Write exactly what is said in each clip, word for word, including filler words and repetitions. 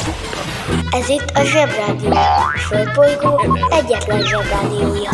Ez itt a Zsebrádió, a Földbolygó egyetlen Zsebrádiója.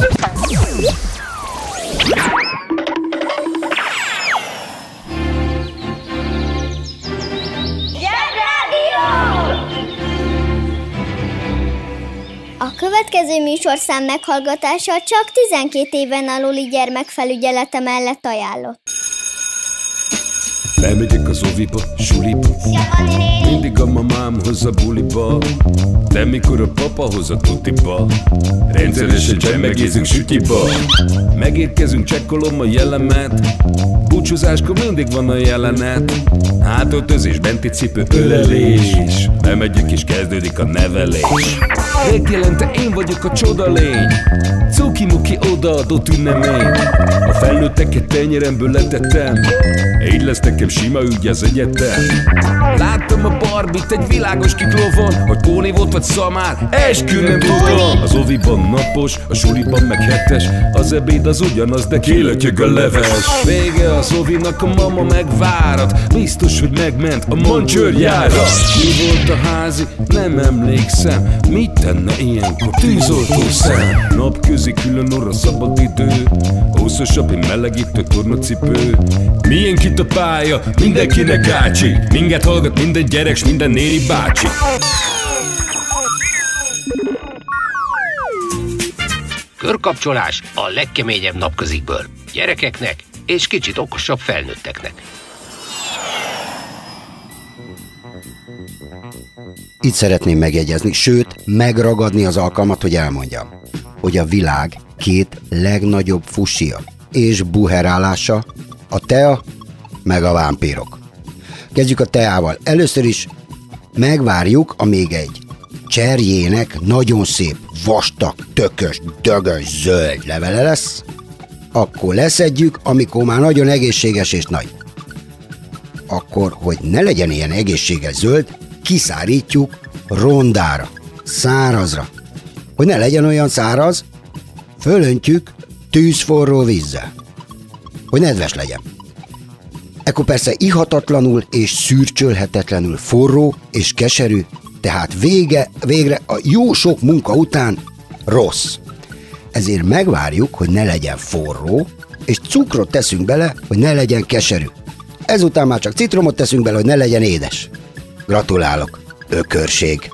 A következő műsorszám meghallgatása csak tizenkét éven aluli gyermekfelügyelete mellett ajánlott. Lemegyek az oviba, suliba, mindig a mamám hoz a buliba, de mikor a papa hoz a tutiba, rendszeresen csemmegézünk sütiba. Megérkezünk, csekkolom a jellemet, búcsúzáskor mindig van a jelenet. Hátöltözés, benti cipő, ölelés, bemegyek és kezdődik a nevelés. Megjelente én vagyok a csodalény, cuki-muki odaadott ünnemény. A felnőtteket tenyeremből letettem, így lesz nekem sima ügy az egyetem. Láttam a Barbit egy világos kiklovon, hogy Póni volt vagy szamár, eskü nem tudom. Az oviban napos, a suliban meg hetes, az ebéd az ugyanaz, de kilötyög a leves. Vége az ovinak, a mama megvárat, biztos, hogy megment a mancsőrjára. Mi volt a házi? Nem emlékszem. Mit tenne ilyenkor tűzoltó szem? Napközi külön orra szabad idő, húszosabb, én melegítő tornacipő. Milyen kit a pálya, mindenkinek ácsi, minket hallgat minden gyerek s minden néri bácsi. Körkapcsolás a legkeményebb napközikből. Gyerekeknek és kicsit okosabb felnőtteknek. Itt szeretném megjegyezni, sőt, megragadni az alkalmat, hogy elmondjam, hogy a világ két legnagyobb fusia és buherálása a tea meg a vámpírok. Kezdjük a teával. Először is megvárjuk, amíg egy cserjének nagyon szép, vastag, tökös, dögös, zöld levele lesz, akkor leszedjük, amikor már nagyon egészséges és nagy. Akkor, hogy ne legyen ilyen egészséges zöld, kiszárítjuk rondára, szárazra. Hogy ne legyen olyan száraz, fölöntjük tűzforró vízzel, hogy nedves legyen. Ekkor persze ihatatlanul és szürcsölhetetlenül forró és keserű, tehát vége, végre a jó sok munka után rossz. Ezért megvárjuk, hogy ne legyen forró, és cukrot teszünk bele, hogy ne legyen keserű. Ezután már csak citromot teszünk bele, hogy ne legyen édes. Gratulálok, ökörség!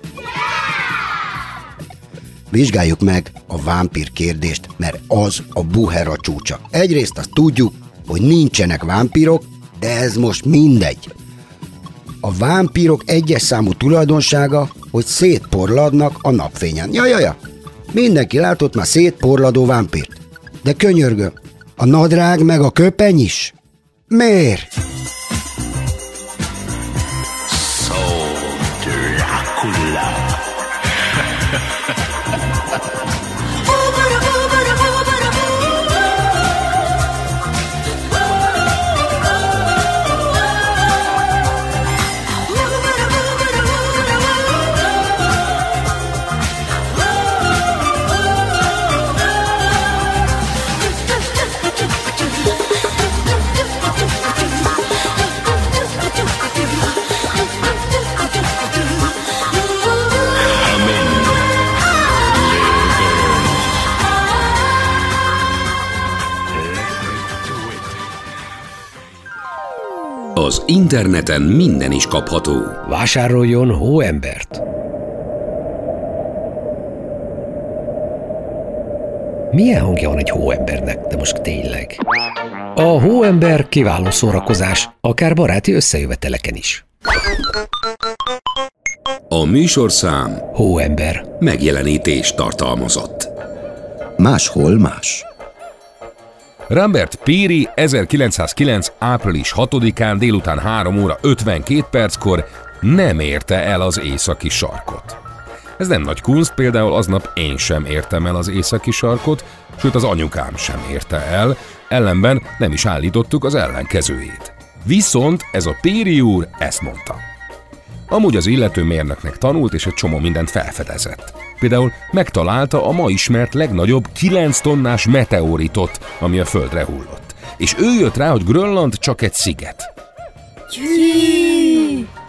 Vizsgáljuk meg a vámpír kérdést, mert az a buhera csúcsa. Egyrészt azt tudjuk, hogy nincsenek vámpírok, de ez most mindegy. A vámpírok egyes számú tulajdonsága, hogy szétporladnak a napfényen. Jajaja, mindenki látott már szétporladó vámpírt. De könyörgöm, a nadrág meg a köpeny is? Miért? Az interneten minden is kapható. Vásároljon hóembert! Milyen hangja van egy hóembernek, de most tényleg? A hóember kiváló szórakozás, akár baráti összejöveteleken is. A műsorszám Hóember megjelenítést tartalmazott. Máshol más. Rambert Peary ezerkilencszázkilenc. április hatodikán délután három óra ötvenkét perckor nem érte el az északi sarkot. Ez nem nagy kunst, például aznap én sem értem el az északi sarkot, sőt az anyukám sem érte el, ellenben nem is állítottuk az ellenkezőjét. Viszont ez a Peary úr ezt mondta. Amúgy az illető mérnöknek tanult, és egy csomó mindent felfedezett. Például megtalálta a ma ismert legnagyobb kilenc tonnás meteoritot, ami a Földre hullott. És ő jött rá, hogy Grönland csak egy sziget.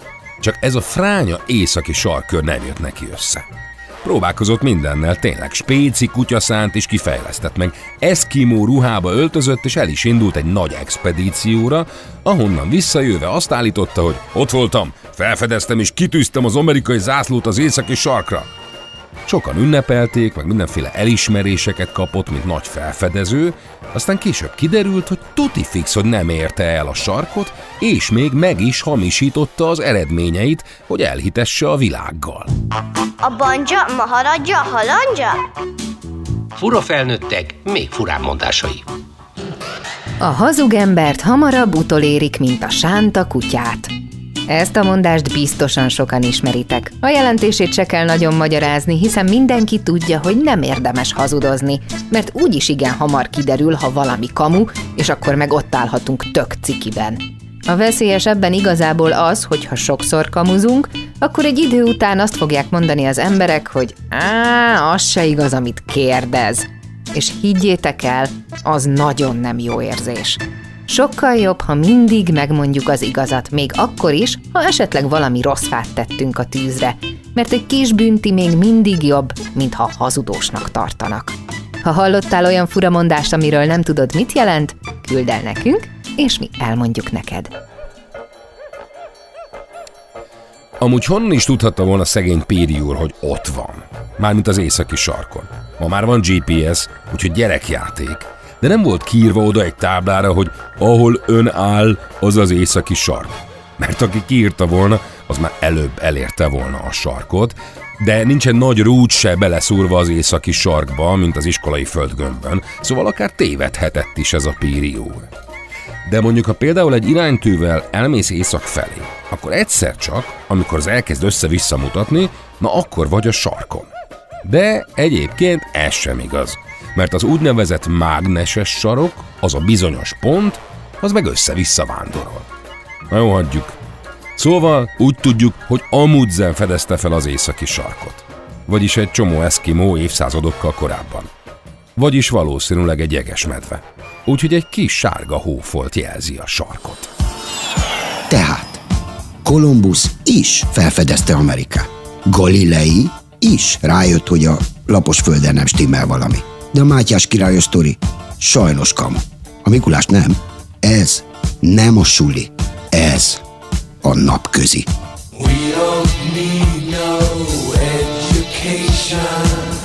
csak ez a fránya északi sarkkör nem jött neki össze. Próbálkozott mindennel, tényleg spéci kutyaszánt is kifejlesztett meg, eszkimó ruhába öltözött, és el is indult egy nagy expedícióra, ahonnan visszajöve azt állította, hogy ott voltam, felfedeztem és kitűztem az amerikai zászlót az északi sarkra. Sokan ünnepelték, meg mindenféle elismeréseket kapott, mint nagy felfedező, aztán később kiderült, hogy tuti fix, hogy nem érte el a sarkot, és még meg is hamisította az eredményeit, hogy elhitesse a világgal. A banja, maharadja, halandja? Fura felnőttek, még furább mondásai. A hazug embert hamarabb utolérik, mint a sánta kutyát. Ezt a mondást biztosan sokan ismeritek. A jelentését se kell nagyon magyarázni, hiszen mindenki tudja, hogy nem érdemes hazudozni, mert úgyis igen hamar kiderül, ha valami kamu, és akkor meg ott állhatunk tök cikiben. A veszélyes ebben igazából az, hogy ha sokszor kamuzunk, akkor egy idő után azt fogják mondani az emberek, hogy á, az se igaz, amit kérdez. És higgyétek el, az nagyon nem jó érzés. Sokkal jobb, ha mindig megmondjuk az igazat, még akkor is, ha esetleg valami rossz fát tettünk a tűzre, mert egy kis bünti még mindig jobb, mint ha hazudósnak tartanak. Ha hallottál olyan furamondást, amiről nem tudod, mit jelent, küld el nekünk, és mi elmondjuk neked. Amúgy honnan is tudhatta volna szegény Péri úr, hogy ott van? Mármint az északi sarkon. Ma már van gé pé es, úgyhogy gyerekjáték. De nem volt kiírva oda egy táblára, hogy ahol ön áll, az az északi sark. Mert aki kiírta volna, az már előbb elérte volna a sarkot, de nincsen nagy rúd se beleszúrva az északi sarkba, mint az iskolai földgömbön, szóval akár tévedhetett is ez a Péri úr. De mondjuk, ha például egy iránytűvel elmész észak felé, akkor egyszer csak, amikor az elkezd össze-vissza mutatni, na akkor vagy a sarkon. De egyébként ez sem igaz, mert az úgynevezett mágneses sarok, az a bizonyos pont, az meg össze-vissza vándorol. Na jó, hagyjuk. Szóval úgy tudjuk, hogy Amundsen fedezte fel az északi sarkot. Vagyis egy csomó eszkimó évszázadokkal korábban. Vagyis valószínűleg egy jegesmedve. Úgyhogy egy kis sárga hófolt jelzi a sarkot. Tehát Kolumbusz is felfedezte Amerikát. Galilei is rájött, hogy a lapos földön nem stimmel valami. De a Mátyás királyos sztori sajnos kamu. A Mikulás nem. Ez nem a suli. Ez a napközi. We don't need no education.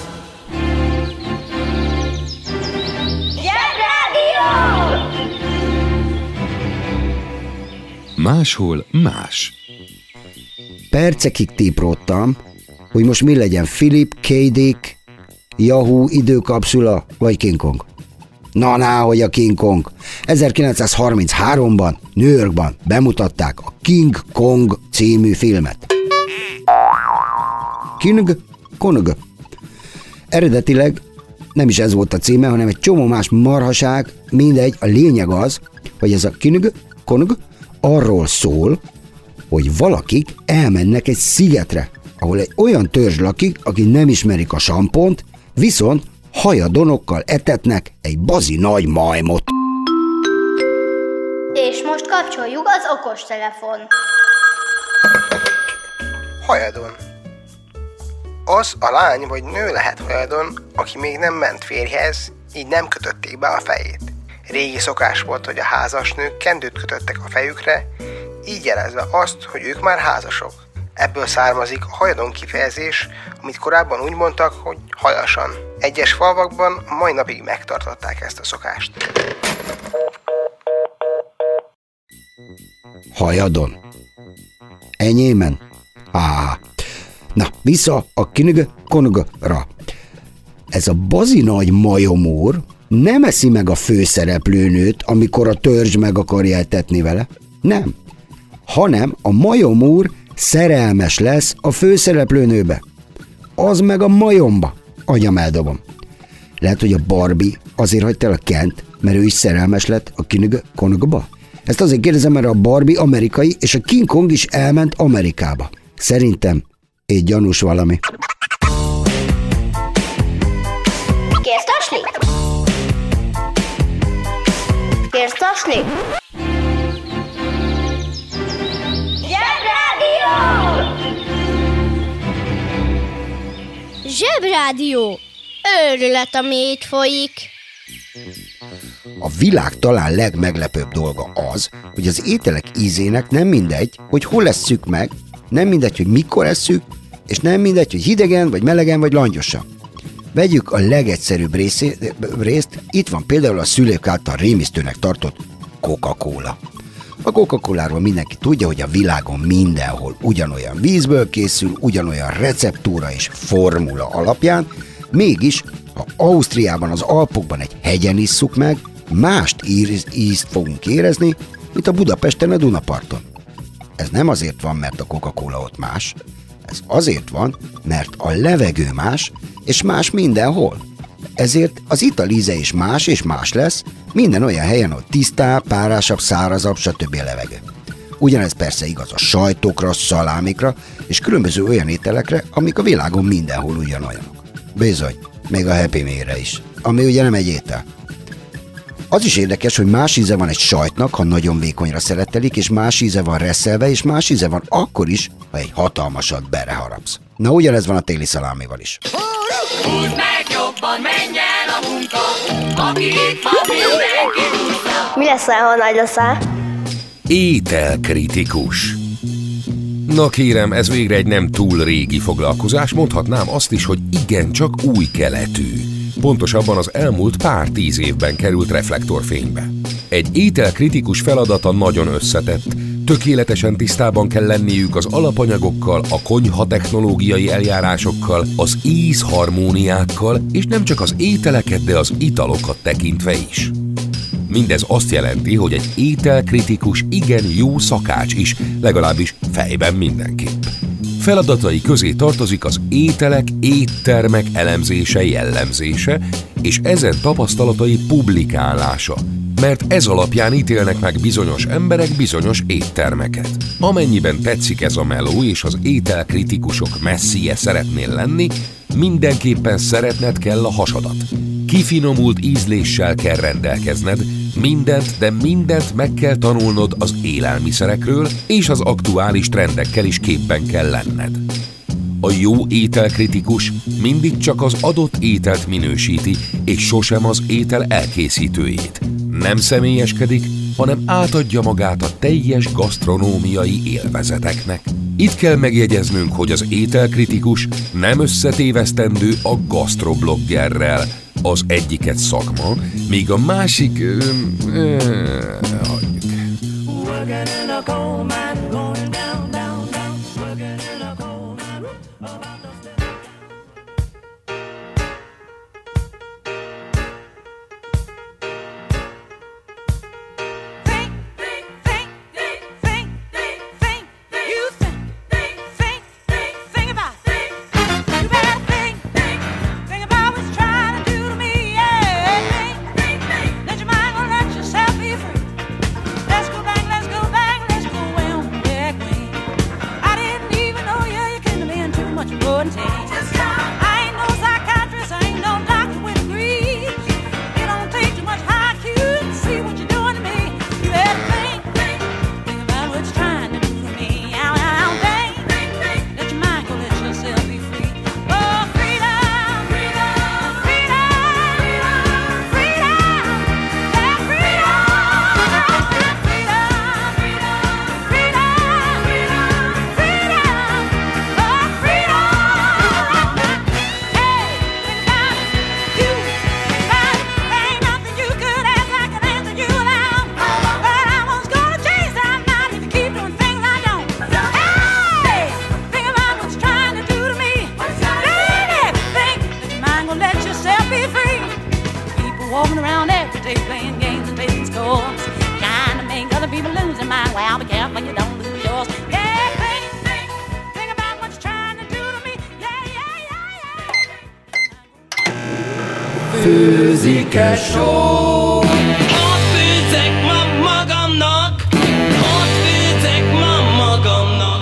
Máshol más. Percekig típródtam, hogy most mi legyen, Philip K. Dick, Yahoo időkapszula vagy King Kong. Na, ná, hogy a King Kong. ezerkilencszázharminchárom-ban New Yorkban bemutatták a King Kong című filmet. King Kong. Eredetileg nem is ez volt a címe, hanem egy csomó más marhaság, mindegy, a lényeg az, hogy ez a King Kong arról szól, hogy valakik elmennek egy szigetre, ahol egy olyan törzs lakik, aki nem ismerik a sampont, viszont hajadonokkal etetnek egy bazi nagy majmot. És most kapcsoljuk az okostelefon. Hajadon. Az a lány vagy nő lehet hajadon, aki még nem ment férjhez, így nem kötötték be a fejét. Régi szokás volt, hogy a házasnők kendőt kötöttek a fejükre, így jelezve azt, hogy ők már házasok. Ebből származik a hajadon kifejezés, amit korábban úgy mondtak, hogy hajasan. Egyes falvakban a mai napig megtartották ezt a szokást. Hajadon. Enyémen? Á. Na, vissza a King Kongra. Ez a bazi nagy majomúr nem eszi meg a főszereplőnőt, amikor a törzs meg akarja etetni vele. Nem. Hanem a majomúr szerelmes lesz a főszereplőnőbe. Az meg a majomba. Agyam, eldobom. Lehet, hogy a Barbie azért hagyta el a Kent, mert ő is szerelmes lett a King Kongba? Ezt azért kérdezem, mert a Barbie amerikai, és a King Kong is elment Amerikába. Szerintem egy gyanús valami. Kérsz tasni? Kérsz tasni? Zsebrádió! Zsebrádió! Őrület, ami itt folyik. A világ talán legmeglepőbb dolga az, hogy az ételek ízének nem mindegy, hogy hol esszük meg, nem mindegy, hogy mikor esszük, és nem mindegy, hogy hidegen, vagy melegen, vagy langyosan. Vegyük a legegyszerűbb részé, részt, itt van például a szülők által rémisztőnek tartott Coca-Cola. A Coca-Coláról mindenki tudja, hogy a világon mindenhol ugyanolyan vízből készül, ugyanolyan receptúra és formula alapján, mégis, ha Ausztriában az Alpokban egy hegyen isszuk meg, mást íz, ízt fogunk érezni, mint a Budapesten a Dunaparton. Ez nem azért van, mert a Coca-Cola ott más, ez azért van, mert a levegő más, és más mindenhol. Ezért az ital íze is más és más lesz, minden olyan helyen, ahol tisztább, párásabb, szárazabb, stb. A levegő. Ugyanez persze igaz a sajtokra, szalámikra, és különböző olyan ételekre, amik a világon mindenhol ugyanolyanok. Bizony, még a Happy Meal-re is, ami ugye nem egy étel. Az is érdekes, hogy más íze van egy sajtnak, ha nagyon vékonyra szeletelik, és más íze van reszelve, és más íze van akkor is, ha egy hatalmasat beleharapsz. Na ugyanez van a téli szalámival is. Húzd meg jobban, menj el a munka, aki itt van, mindenki húzza. Mi leszel, ha nagy leszel? Ételkritikus. Na kérem, ez végre egy nem túl régi foglalkozás, mondhatnám azt is, hogy igencsak új keletű. Pontosabban az elmúlt pár tíz évben került reflektorfénybe. Egy ételkritikus feladata nagyon összetett, tökéletesen tisztában kell lenniük az alapanyagokkal, a konyha technológiai eljárásokkal, az ízharmóniákkal, és nem csak az ételeket, de az italokat tekintve is. Mindez azt jelenti, hogy egy ételkritikus igen jó szakács is, legalábbis fejben mindenképp. Feladatai közé tartozik az ételek, éttermek elemzése, jellemzése, és ezen tapasztalatai publikálása, mert ez alapján ítélnek meg bizonyos emberek bizonyos éttermeket. Amennyiben tetszik ez a meló, és az ételkritikusok messzije szeretnél lenni, mindenképpen szeretned kell a hasadat. Kifinomult ízléssel kell rendelkezned, mindent, de mindent meg kell tanulnod az élelmiszerekről, és az aktuális trendekkel is képben kell lenned. A jó ételkritikus mindig csak az adott ételt minősíti, és sosem az étel elkészítőjét. Nem személyeskedik, hanem átadja magát a teljes gasztronómiai élvezeteknek. Itt kell megjegyeznünk, hogy az ételkritikus nem összetévesztendő a gasztrobloggerrel. Az egyiket szakma, míg a másik... Ö, ö, hagyjuk. Főzike show. Ott főzek ma magamnak, ott főzek ma magamnak.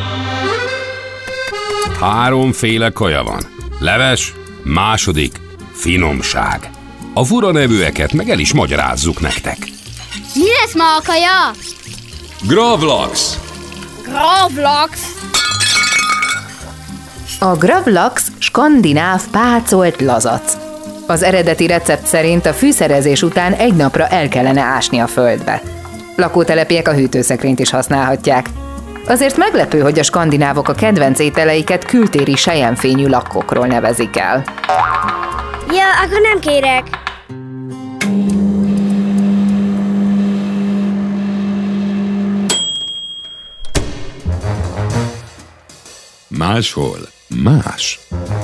Háromféle kaja van. Leves, második, finomság. A fura nevűeket meg el is magyarázzuk nektek. Mi lesz ma a kaja? Gravlax. Gravlax? A gravlax skandináv pácolt lazac. Az eredeti recept szerint a fűszerezés után egy napra el kellene ásni a földbe. Lakótelepiek a hűtőszekrényt is használhatják. Azért meglepő, hogy a skandinávok a kedvenc ételeiket kültéri selyemfényű lakkokról nevezik el. Ja, akkor nem kérek. Máshol más.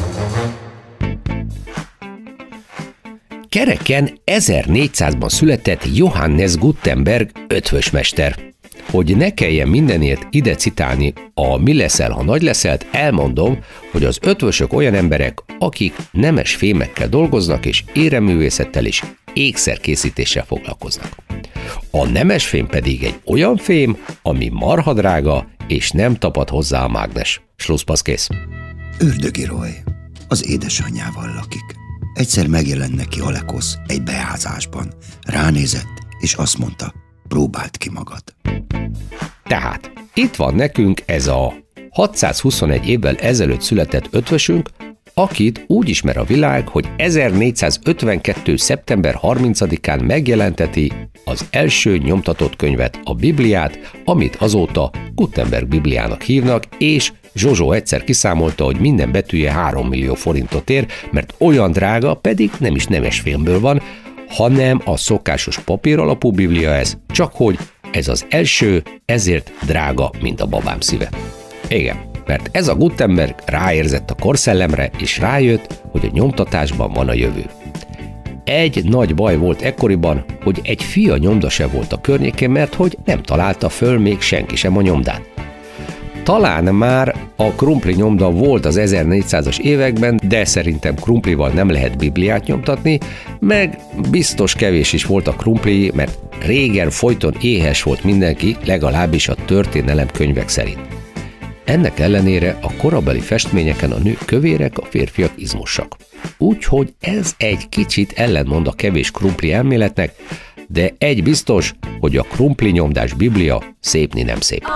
Kereken ezernégyszázban született Johannes Gutenberg ötvösmester. Hogy ne kelljen mindenért ide citálni a Mi leszel, ha nagy leszelt, elmondom, hogy az ötvösök olyan emberek, akik nemes fémekkel dolgoznak, és éreművészettel és ékszerkészítéssel foglalkoznak. A nemesfém pedig egy olyan fém, ami marhadrága, és nem tapad hozzá a mágnes. Slusszpasz kész. Ördögi Roy az édesanyjával lakik. Egyszer megjelent neki Alekosz egy beázásban. Ránézett, és azt mondta, próbáld ki magad. Tehát itt van nekünk ez a hatszázhuszonegy évvel ezelőtt született ötvösünk, akit úgy ismer a világ, hogy ezernégyszázötvenkettő. szeptember harmincadikán megjelenteti az első nyomtatott könyvet, a Bibliát, amit azóta Gutenberg Bibliának hívnak, és Zsozsó egyszer kiszámolta, hogy minden betűje három millió forintot ér, mert olyan drága, pedig nem is nemesfémből van, hanem a szokásos papír alapú Biblia ez, csak hogy ez az első, ezért drága, mint a babám szíve. Igen, mert ez a Gutenberg ráérzett a korszellemre, és rájött, hogy a nyomtatásban van a jövő. Egy nagy baj volt ekkoriban, hogy egy fia nyomda se volt a környékén, mert hogy nem találta föl még senki sem a nyomdát. Talán már a krumpli nyomda volt az ezernégyszázas években, de szerintem krumplival nem lehet Bibliát nyomtatni, meg biztos kevés is volt a krumpli, mert régen folyton éhes volt mindenki, legalábbis a történelemkönyvek szerint. Ennek ellenére a korabeli festményeken a nők kövérek, a férfiak izmosak. Úgyhogy ez egy kicsit ellentmond a kevés krumpli elméletnek, de egy biztos, hogy a krumpli nyomdás Biblia szépni nem szép.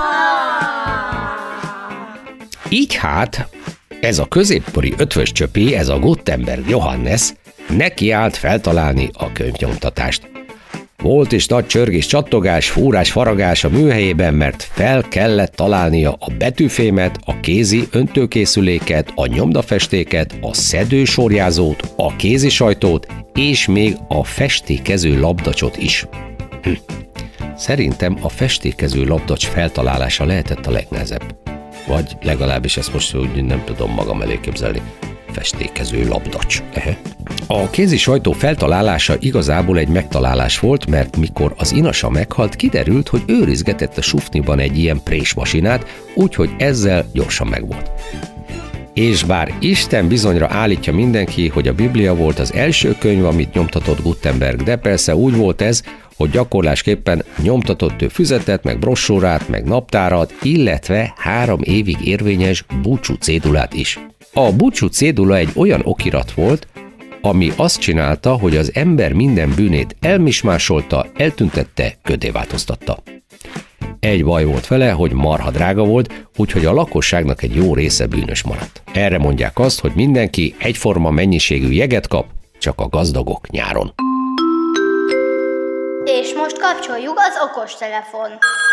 Így hát, ez a középkori ötvös csöpi, ez a Gutenberg Johannes neki állt feltalálni a könyvnyomtatást. Volt is nagy csörgés, csattogás, fúrás, faragás a műhelyében, mert fel kellett találnia a betűfémet, a kézi öntőkészüléket, a nyomdafestéket, a szedősorjázót, a kézisajtót, és még a festékező labdacsot is. Hm. Szerintem a festékező labdacs feltalálása lehetett a legnehezebb. Vagy legalábbis ezt most úgy nem tudom magam elé képzelni. Festékező labdacs. Ehe. A kézi sajtó feltalálása igazából egy megtalálás volt, mert mikor az inasa meghalt, kiderült, hogy őrizgetett a sufniban egy ilyen présmasinát, úgyhogy ezzel gyorsan megvolt. És bár Isten bizonyra állítja mindenki, hogy a Biblia volt az első könyv, amit nyomtatott Gutenberg, de persze úgy volt ez, hogy gyakorlásképpen nyomtatott ő füzetet, meg brossúrát, meg naptárat, illetve három évig érvényes búcsú cédulát is. A búcsú cédula egy olyan okirat volt, ami azt csinálta, hogy az ember minden bűnét elmismásolta, eltüntette, köddé változtatta. Egy baj volt vele, hogy marha drága volt, úgyhogy a lakosságnak egy jó része bűnös maradt. Erre mondják azt, hogy mindenki egyforma mennyiségű jeget kap, csak a gazdagok nyáron. És most kapcsoljuk az okostelefon.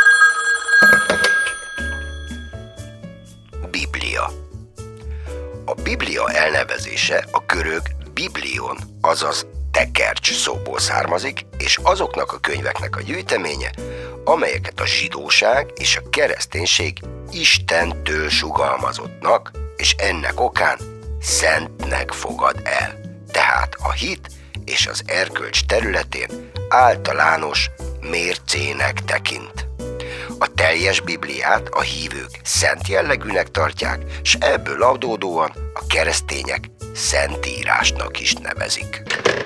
Biblia. A Biblia elnevezése a görög biblion, azaz tekercs szóból származik, és azoknak a könyveknek a gyűjteménye, amelyeket a zsidóság és a kereszténység Istentől sugalmazottnak, és ennek okán szentnek fogad el. Tehát a hit és az erkölcs területén általános mércének tekint. A teljes Bibliát a hívők szent jellegűnek tartják, s ebből adódóan a keresztények szentírásnak is nevezik.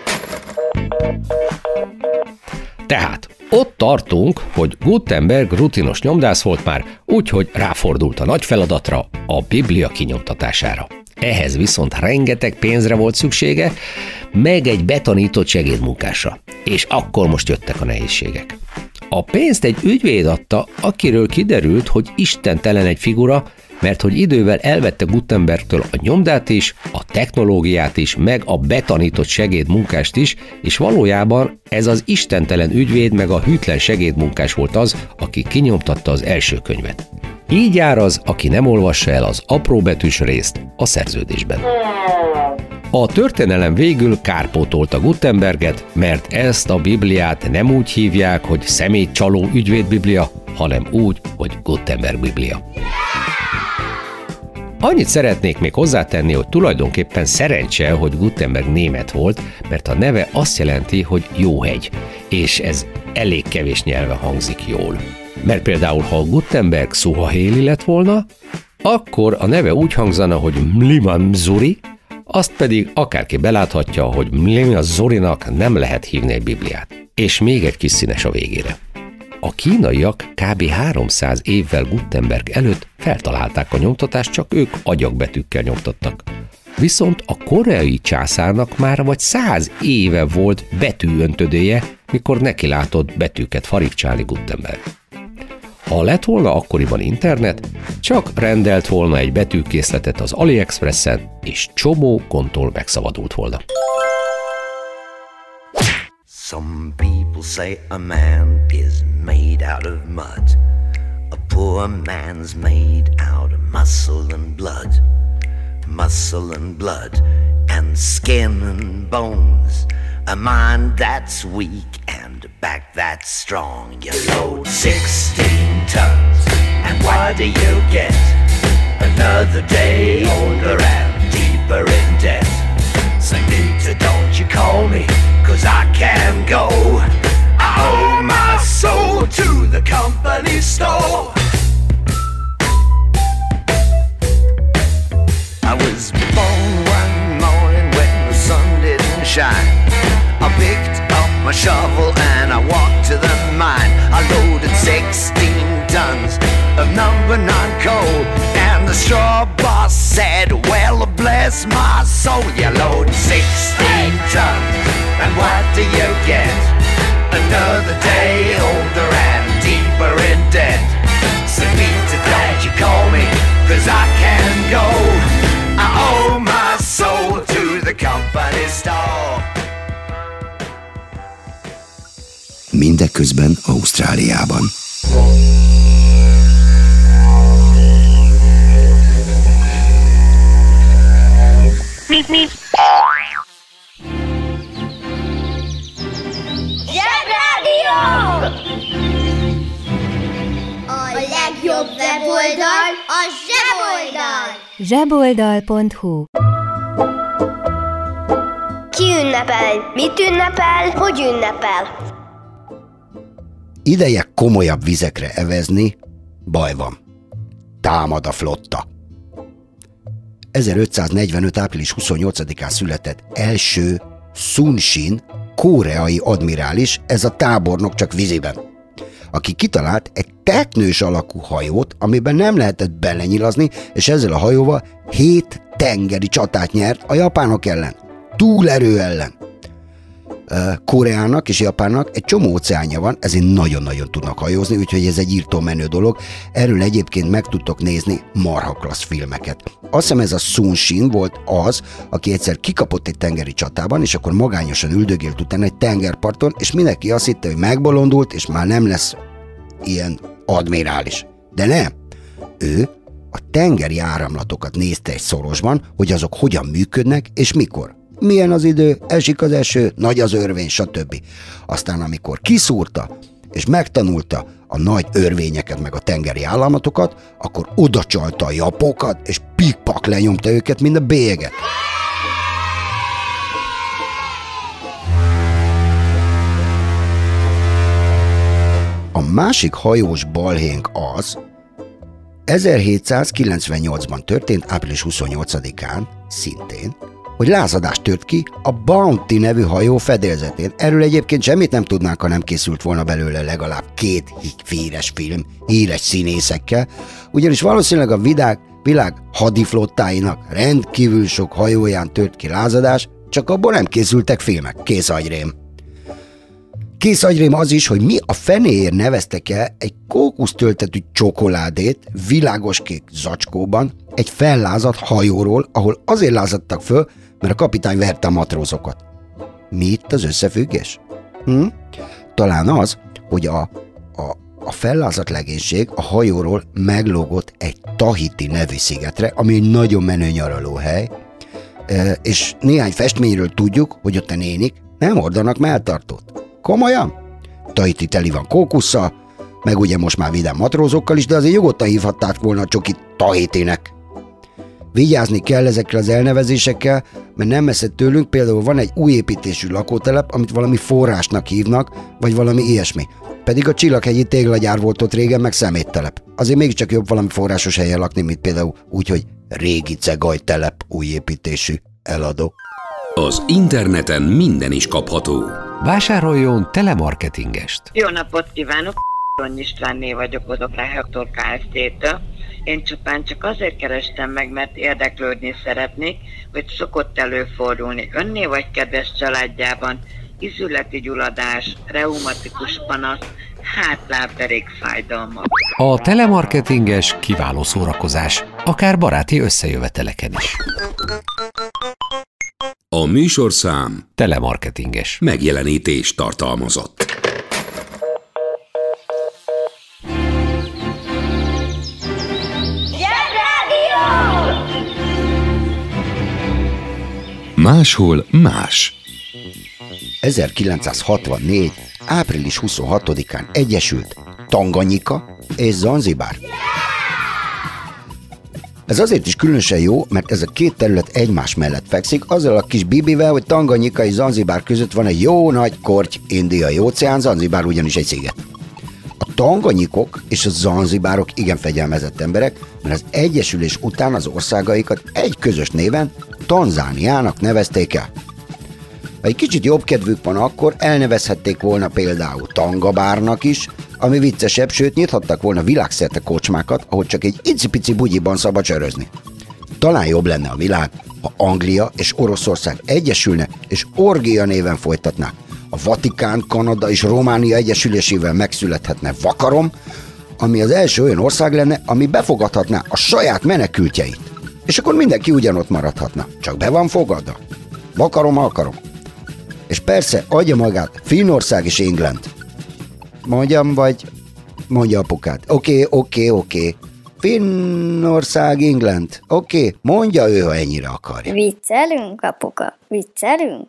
Tehát ott tartunk, hogy Gutenberg rutinos nyomdász volt már, úgyhogy ráfordult a nagy feladatra, a Biblia kinyomtatására. Ehhez viszont rengeteg pénzre volt szüksége, meg egy betanított segédmunkásra. És akkor most jöttek a nehézségek. A pénzt egy ügyvéd adta, akiről kiderült, hogy istentelen egy figura, mert hogy idővel elvette Gutenbergtől a nyomdát is, a technológiát is, meg a betanított segédmunkást is, és valójában ez az istentelen ügyvéd meg a hűtlen segédmunkás volt az, aki kinyomtatta az első könyvet. Így jár az, aki nem olvassa el az apróbetűs részt a szerződésben. A történelem végül kárpótolta Gutenberget, mert ezt a Bibliát nem úgy hívják, hogy szemétcsaló ügyvédbiblia, hanem úgy, hogy Gutenberg Biblia. Annyit szeretnék még hozzátenni, hogy tulajdonképpen szerencse, hogy Gutenberg német volt, mert a neve azt jelenti, hogy jó hegy, és ez elég kevés nyelven hangzik jól. Mert például, ha Gutenberg szuahéli lett volna, akkor a neve úgy hangzana, hogy Mliman Zuri, azt pedig akárki beláthatja, hogy Mliman Zurinak nem lehet hívni egy Bibliát. És még egy kis színes a végére. A kínaiak kb. háromszáz évvel Gutenberg előtt feltalálták a nyomtatást, csak ők agyagbetűkkel nyomtattak. Viszont a koreai császárnak már vagy száz éve volt betűöntödője, mikor nekilátott betűket farigcsálni Gutenberg. Ha lett volna akkoriban internet, csak rendelt volna egy betűkészletet az AliExpressen, és csomó gondtól megszabadult volna. Some people say a man is made out of mud. A poor man's made out of muscle and blood. Muscle and blood and skin and bones. A mind that's weak and a back that's strong. You load sixteen tons, and what do you get? Another day older and deeper in debt. So Nita, don't you call me, cause I can go. I owe my soul to the company store. I was born one morning when the sun didn't shine. I picked up my shovel and I walked to the mine. I loaded sixteen tons of number nine coal, and the straw boss said, well, bless my soul. You load sixteen tons, and what do you get? Another day older and deeper in debt. So Peter, don't you call me, cause I can go. I owe my soul to the company store. Mindeközben Ausztráliában. Zsebrádió! A legjobb weboldal a zseboldal! zseboldal pont hu. Ki ünnepel? Mit ünnepel? Hogy ünnepel? Ideje komolyabb vizekre evezni, baj van. Támad a flotta. ezerötszáznegyvenöt. április huszonnyolcadikán született első Sun Shin koreai admirális, ez a tábornok csak víziben, aki kitalált egy teknős alakú hajót, amiben nem lehetett belenyilazni, és ezzel a hajóval hét tengeri csatát nyert a japánok ellen. Túlerő ellen. Koreának és Japánnak egy csomó óceánja van, ezért nagyon-nagyon tudnak hajózni, úgyhogy ez egy írtó menő dolog. Erről egyébként meg tudtok nézni marha klassz filmeket. Azt hiszem ez a Sun Shin volt az, aki egyszer kikapott egy tengeri csatában, és akkor magányosan üldögélt utána egy tengerparton, és mindenki azt hitte, hogy megbolondult, és már nem lesz ilyen admirális. De nem. Ő a tengeri áramlatokat nézte egy szorosban, hogy azok hogyan működnek, és mikor. Milyen az idő, esik az eső, nagy az örvény, stb. Aztán amikor kiszúrta, és megtanulta a nagy örvényeket, meg a tengeri államatokat, akkor odacsalta a japokat, és pikpak lenyomta őket, mint a bélyeget. A másik hajós balhénk az, ezerhétszázkilencvennyolcban történt, április huszonnyolcadikán, szintén, hogy lázadás tört ki a Bounty nevű hajó fedélzetén. Erről egyébként semmit nem tudnánk, ha nem készült volna belőle legalább két híres film, híres színészekkel, ugyanis valószínűleg a világ, világ hadiflottáinak rendkívül sok hajóján tört ki lázadás, csak abból nem készültek filmek. Kész agyrém. Kész agyrém az is, hogy mi a fenéért neveztek el egy kókusztöltetű csokoládét világos kék zacskóban egy fellázadt hajóról, ahol azért lázadtak föl, mert a kapitány verte a matrózokat. Mi itt az összefüggés? Hm? Talán az, hogy a, a, a fellázadt legénység a hajóról meglógott egy Tahiti nevű szigetre, ami egy nagyon menő nyaralóhely, és néhány festményről tudjuk, hogy ott a nénik nem hordanak melltartót. Komolyan? Tahiti teli van kókusszal, meg ugye most már vidám matrózokkal is, de azért nyugodtan hívhatták volna a csokit Tahitinek. Vigyázni kell ezekkel az elnevezésekkel, mert nem messze tőlünk például van egy új építésű lakótelep, amit valami forrásnak hívnak, vagy valami ilyesmi. Pedig a Csillaghegyi téglagyár volt ott régen, meg szeméttelep. Azért mégiscsak jobb valami forrásos helyen lakni, mint például úgy, hogy régi cegajtelep, új építésű, eladó. Az interneten minden is kapható. Vásároljon telemarketingest. Jó napot kívánok! Ronny Istvánné vagyok, Odokáhektól Kft-től. Én csupán csak azért kerestem meg, mert érdeklődni szeretnék, hogy szokott előfordulni önné vagy kedves családjában izületi gyulladás, reumatikus panasz, hátlábderék fájdalmak. A telemarketinges kiváló szórakozás, akár baráti összejöveteleken is. A műsorszám telemarketinges megjelenítést tartalmazott. Máshol más. ezerkilencszázhatvannégy. április huszonhatodikán egyesült Tanganyika és Zanzibár. Ez azért is különösen jó, mert ez a két terület egymás mellett fekszik, azzal a kis bibivel, hogy Tanganyika és Zanzibár között van egy jó nagy korty Indiai óceán, Zanzibár ugyanis egy sziget. A tanganyikok és a zanzibárok igen fegyelmezett emberek, mert az egyesülés után az országaikat egy közös néven Tanzániának nevezték el. Ha egy kicsit jobb kedvük van, akkor elnevezhették volna például Tangabárnak is, ami viccesebb, sőt nyithattak volna világszerte kocsmákat, ahol csak egy icipici bugyiban szabad csörözni. Talán jobb lenne a világ, ha Anglia és Oroszország egyesülne és orgia néven folytatnák. A Vatikán, Kanada és Románia egyesülésével megszülethetne Vakarom, ami az első olyan ország lenne, ami befogadhatná a saját menekültjeit. És akkor mindenki ugyanott maradhatna. Csak be van fogadva. Vakarom, alkarom. És persze adja magát Finnország és England. Mondjam, vagy mondja apukát. Oké, okay, oké, okay, oké. Okay. Finnország, England. Oké, okay. Mondja ő, ha ennyire akarja. Viccelünk, apuka? Viccelünk?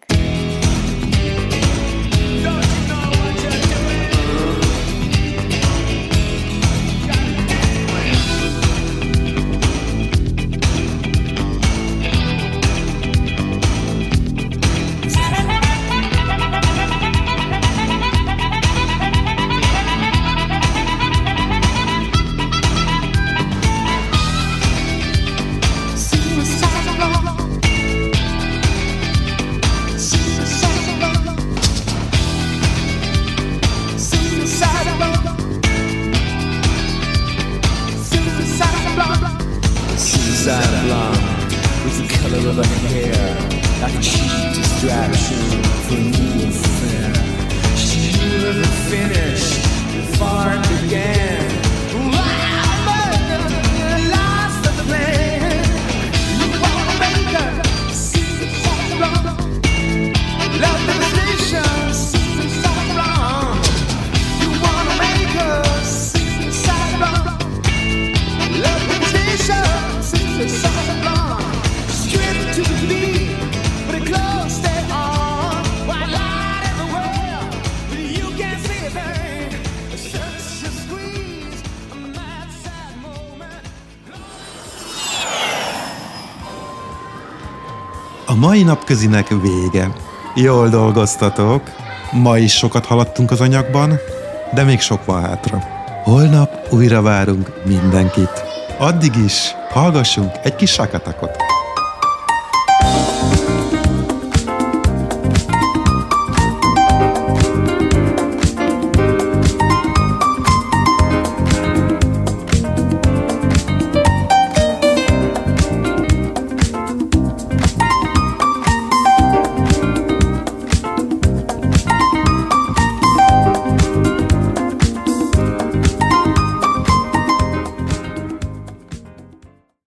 A mai napközinek vége. Jól dolgoztatok. Ma is sokat haladtunk az anyagban, de még sok van hátra. Holnap újra várunk mindenkit. Addig is hallgassunk egy kis sakatakot.